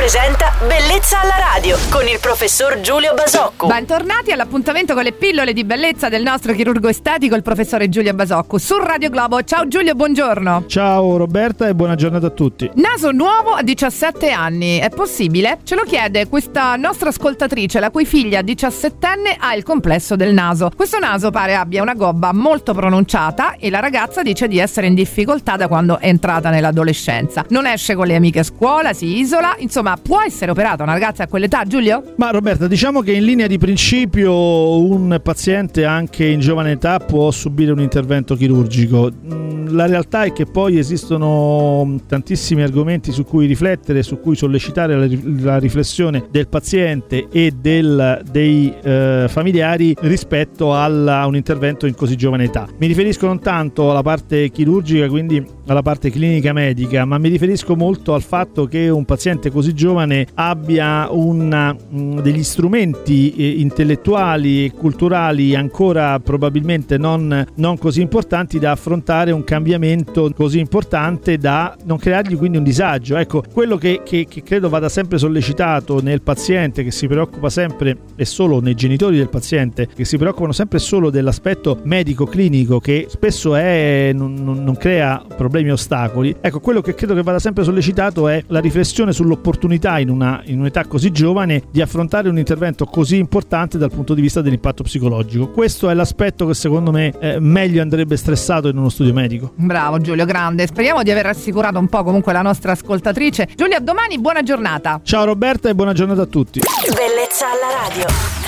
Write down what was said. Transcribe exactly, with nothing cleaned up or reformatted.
presenta Bellezza alla radio con il professor Giulio Basocco. Bentornati all'appuntamento con le pillole di bellezza del nostro chirurgo estetico, il professore Giulio Basocco, su Radio Globo. Ciao Giulio, buongiorno. Ciao Roberta e buona giornata a tutti. Naso nuovo a diciassette anni, è possibile? Ce lo chiede questa nostra ascoltatrice, la cui figlia diciassettenne ha il complesso del naso. Questo naso pare abbia una gobba molto pronunciata e la ragazza dice di essere in difficoltà da quando è entrata nell'adolescenza. Non esce con le amiche a scuola, si isola, insomma può essere operata una ragazza a quell'età, Giulio? Ma Roberta, diciamo che in linea di principio un paziente anche in giovane età può subire un intervento chirurgico. La realtà è che poi esistono tantissimi argomenti su cui riflettere, su cui sollecitare la, la riflessione del paziente e del, dei eh, familiari rispetto alla, a un intervento in così giovane età. Mi riferisco non tanto alla parte chirurgica, quindi alla parte clinica medica, ma mi riferisco molto al fatto che un paziente così giovane abbia una, mh, degli strumenti eh, intellettuali e culturali ancora probabilmente non, non così importanti da affrontare un cambiamento così importante da non creargli quindi un disagio. Ecco, quello che, che, che credo vada sempre sollecitato nel paziente che si preoccupa sempre e solo nei genitori del paziente che si preoccupano sempre solo dell'aspetto medico-clinico che spesso è, non, non, non crea problemi, ostacoli. Ecco, quello che credo che vada sempre sollecitato è la riflessione sull'opportunità in, una, in un'età così giovane di affrontare un intervento così importante dal punto di vista dell'impatto psicologico. Questo è l'aspetto che secondo me eh, meglio andrebbe stressato in uno studio medico. Bravo Giulio, grande. Speriamo di aver rassicurato un po' comunque la nostra ascoltatrice. Giulio, a domani, buona giornata. Ciao Roberta e buona giornata a tutti. Bellezza alla radio.